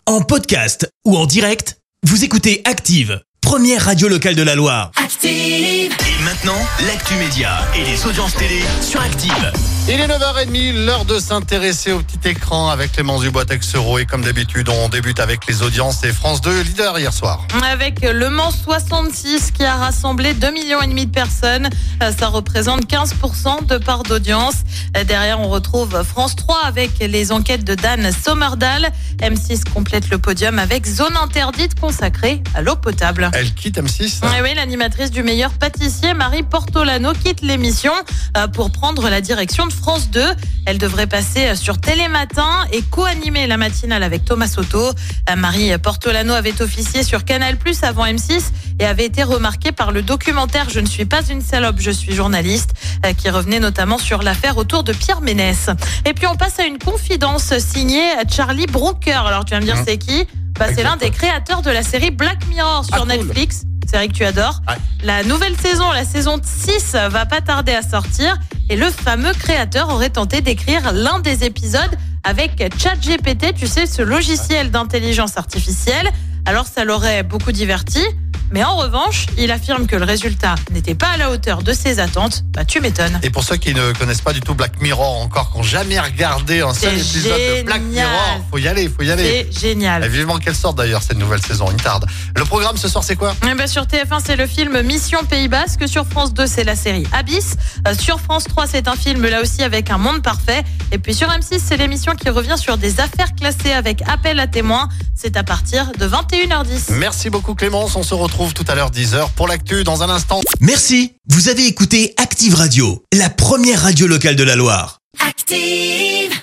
En podcast ou en direct, vous écoutez Active, première radio locale de la Loire. Active! Et maintenant, l'actu média et les audiences télé sur Active. Il est 9h30, l'heure de s'intéresser au petit écran avec Clémence Dubois-Texero. Et comme d'habitude, on débute avec les audiences et France 2, leader hier soir. Avec Le Mans 66 qui a rassemblé 2,5 millions de personnes. Ça représente 15% de part d'audience. Derrière, on retrouve France 3 avec les enquêtes de Dan Sommerdahl. M6 complète le podium avec Zone interdite consacrée à l'eau potable. Elle quitte M6 ? Oui, l'animatrice du meilleur pâtissier, Marie Portolano, quitte l'émission pour prendre la direction de France 2. Elle devrait passer sur Télématin et co-animer la matinale avec Thomas Soto. Marie Portolano avait officié sur Canal+ avant M6 et avait été remarquée par le documentaire « Je ne suis pas une salope, je suis journaliste » qui revenait notamment sur l'affaire autour de Pierre Ménès. Et puis on passe à une confidence signée Charlie Brooker. Alors tu vas me dire c'est qui ? C'est l'un des créateurs de la série Black Mirror sur Netflix. Série que tu adores. Ouais. La nouvelle saison, la saison 6, va pas tarder à sortir. Et le fameux créateur aurait tenté d'écrire l'un des épisodes avec ChatGPT, tu sais, ce logiciel d'intelligence artificielle. Alors ça l'aurait beaucoup diverti. Mais en revanche, il affirme que le résultat n'était pas à la hauteur de ses attentes. Tu m'étonnes. Et pour ceux qui ne connaissent pas du tout Black Mirror encore, qui n'ont jamais regardé un seul épisode de Black Mirror, faut y aller. C'est génial. Et vivement qu'elle sorte d'ailleurs cette nouvelle saison, il tarde. Le programme ce soir, c'est quoi ? Sur TF1, c'est le film Mission Pays Basque. Sur France 2, c'est la série Abyss. Sur France 3, c'est un film là aussi avec un monde parfait. Et puis sur M6, c'est l'émission qui revient sur des affaires classées avec appel à témoins. C'est à partir de 21h10. Merci beaucoup Clémence, on se retrouve tout à l'heure 10h pour l'actu dans un instant. Merci, vous avez écouté Active Radio, la première radio locale de la Loire. Active!